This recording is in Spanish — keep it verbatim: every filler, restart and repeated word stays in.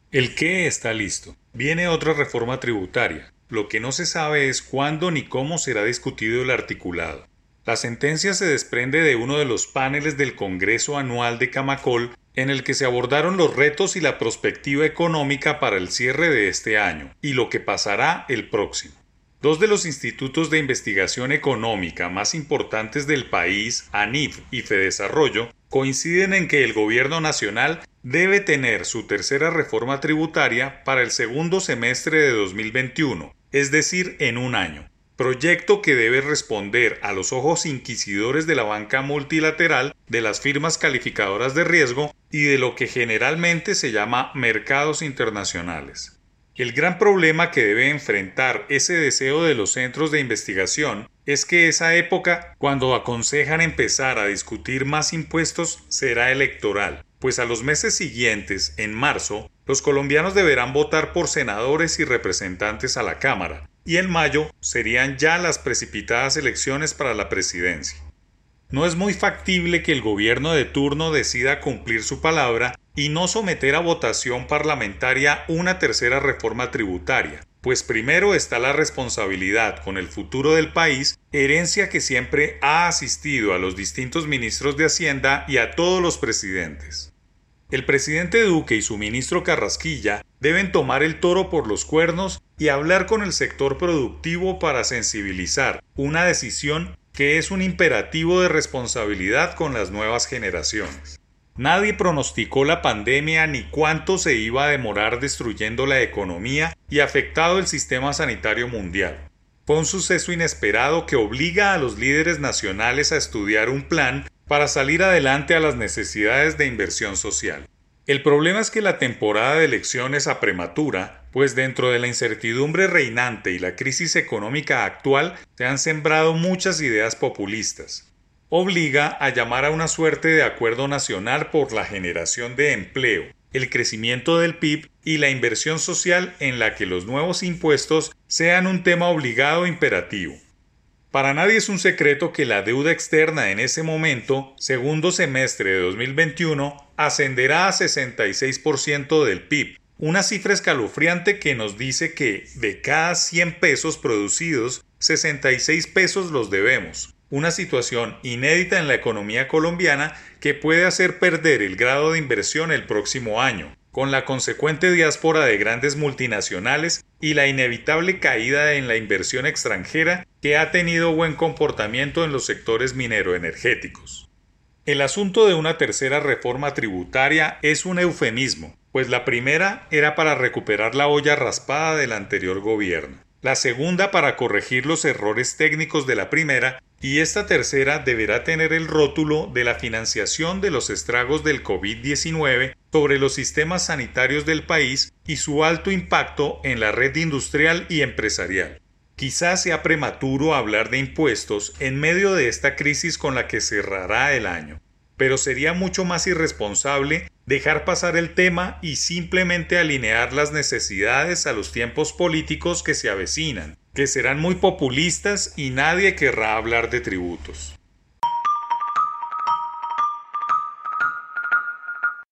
El qué está listo. Viene otra reforma tributaria. Lo que no se sabe es cuándo ni cómo será discutido el articulado. La sentencia se desprende de uno de los paneles del Congreso Anual de Camacol en el que se abordaron los retos y la prospectiva económica para el cierre de este año y lo que pasará el próximo. Dos de los institutos de investigación económica más importantes del país, ANIF y Fedesarrollo, coinciden en que el gobierno nacional debe tener su tercera reforma tributaria para el segundo semestre de dos mil veintiuno, es decir, en un año. Proyecto que debe responder a los ojos inquisidores de la banca multilateral, de las firmas calificadoras de riesgo y de lo que generalmente se llama mercados internacionales. El gran problema que debe enfrentar ese deseo de los centros de investigación es que esa época, cuando aconsejan empezar a discutir más impuestos, será electoral, pues a los meses siguientes, en marzo, los colombianos deberán votar por senadores y representantes a la Cámara, y en mayo serían ya las precipitadas elecciones para la presidencia. No es muy factible que el gobierno de turno decida cumplir su palabra y no someter a votación parlamentaria una tercera reforma tributaria, pues primero está la responsabilidad con el futuro del país, herencia que siempre ha asistido a los distintos ministros de Hacienda y a todos los presidentes. El presidente Duque y su ministro Carrasquilla deben tomar el toro por los cuernos y hablar con el sector productivo para sensibilizar una decisión que es un imperativo de responsabilidad con las nuevas generaciones. Nadie pronosticó la pandemia ni cuánto se iba a demorar destruyendo la economía y afectado el sistema sanitario mundial. Fue un suceso inesperado que obliga a los líderes nacionales a estudiar un plan para salir adelante a las necesidades de inversión social. El problema es que la temporada de elecciones a prematura, pues dentro de la incertidumbre reinante y la crisis económica actual se han sembrado muchas ideas populistas. Obliga a llamar a una suerte de acuerdo nacional por la generación de empleo, el crecimiento del P I B y la inversión social en la que los nuevos impuestos sean un tema obligado e imperativo. Para nadie es un secreto que la deuda externa en ese momento, segundo semestre de dos mil veintiuno, ascenderá a sesenta y seis por ciento del P I B, una cifra escalofriante que nos dice que de cada cien pesos producidos, sesenta y seis pesos los debemos, una situación inédita en la economía colombiana que puede hacer perder el grado de inversión el próximo año, con la consecuente diáspora de grandes multinacionales y la inevitable caída en la inversión extranjera que ha tenido buen comportamiento en los sectores mineroenergéticos. El asunto de una tercera reforma tributaria es un eufemismo, pues la primera era para recuperar la olla raspada del anterior gobierno, la segunda para corregir los errores técnicos de la primera y esta tercera deberá tener el rótulo de la financiación de los estragos del COVID diecinueve sobre los sistemas sanitarios del país y su alto impacto en la red industrial y empresarial. Quizás sea prematuro hablar de impuestos en medio de esta crisis con la que cerrará el año, pero sería mucho más irresponsable dejar pasar el tema y simplemente alinear las necesidades a los tiempos políticos que se avecinan, que serán muy populistas y nadie querrá hablar de tributos.